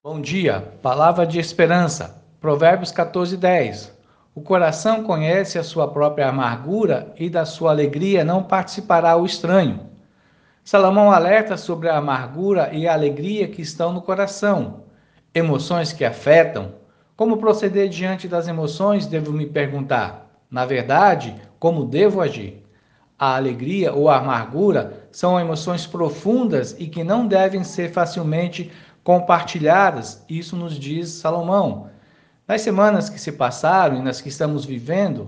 Bom dia, palavra de esperança. Provérbios 14:10. O coração conhece a sua própria amargura e da sua alegria não participará o estranho. Salomão alerta sobre a amargura e a alegria que estão no coração, emoções que afetam. Como proceder diante das emoções, devo me perguntar. Na verdade, como devo agir? A alegria ou a amargura são emoções profundas e que não devem ser facilmente compartilhadas, isso nos diz Salomão. Nas semanas que se passaram e nas que estamos vivendo,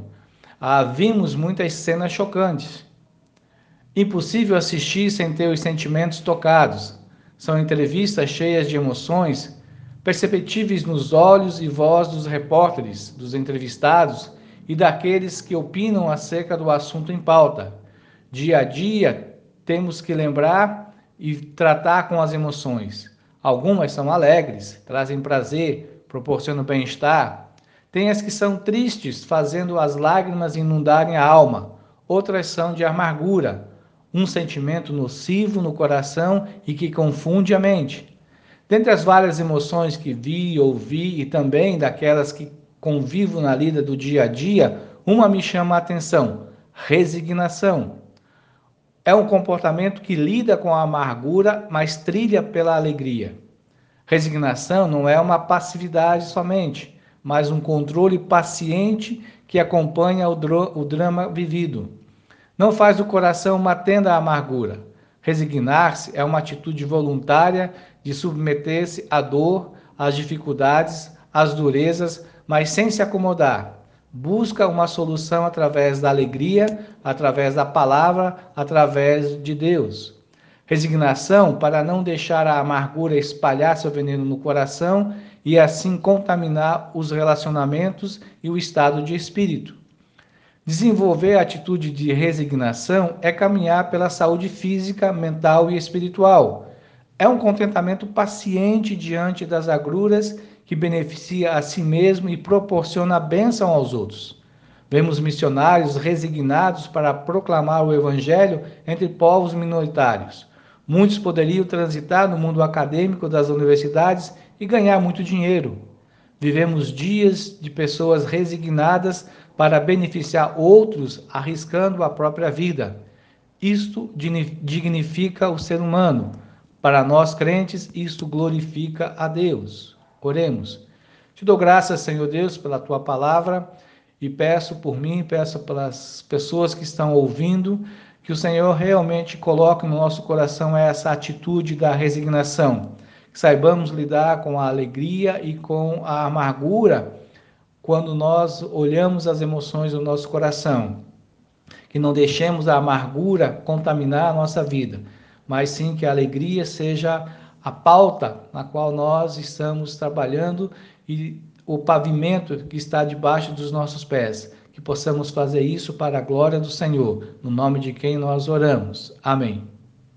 vimos muitas cenas chocantes. Impossível assistir sem ter os sentimentos tocados. São entrevistas cheias de emoções, perceptíveis nos olhos e voz dos repórteres, dos entrevistados e daqueles que opinam acerca do assunto em pauta. Dia a dia, temos que lembrar e tratar com as emoções. Algumas são alegres, trazem prazer, proporcionam bem-estar. Tem as que são tristes, fazendo as lágrimas inundarem a alma. Outras são de amargura, um sentimento nocivo no coração e que confunde a mente. Dentre as várias emoções que vi, ouvi e também daquelas que convivo na lida do dia a dia, uma me chama a atenção: resignação. É um comportamento que lida com a amargura, mas trilha pela alegria. Resignação não é uma passividade somente, mas um controle paciente que acompanha o drama vivido. Não faz do coração uma tenda à amargura. Resignar-se é uma atitude voluntária de submeter-se à dor, às dificuldades, às durezas, mas sem se acomodar. Busca uma solução através da alegria, através da palavra, através de Deus. Resignação para não deixar a amargura espalhar seu veneno no coração e assim contaminar os relacionamentos e o estado de espírito. Desenvolver a atitude de resignação é caminhar pela saúde física, mental e espiritual. É um contentamento paciente diante das agruras que beneficia a si mesmo e proporciona a bênção aos outros. Vemos missionários resignados para proclamar o evangelho entre povos minoritários. Muitos poderiam transitar no mundo acadêmico das universidades e ganhar muito dinheiro. Vivemos dias de pessoas resignadas para beneficiar outros, arriscando a própria vida. Isto dignifica o ser humano. Para nós crentes, isto glorifica a Deus. Oremos. Te dou graças, Senhor Deus, pela tua palavra e peço por mim, peço pelas pessoas que estão ouvindo, que o Senhor realmente coloque no nosso coração essa atitude da resignação. Que saibamos lidar com a alegria e com a amargura quando nós olhamos as emoções do nosso coração. Que não deixemos a amargura contaminar a nossa vida, mas sim que a alegria seja a pauta na qual nós estamos trabalhando e o pavimento que está debaixo dos nossos pés. Que possamos fazer isso para a glória do Senhor, no nome de quem nós oramos. Amém.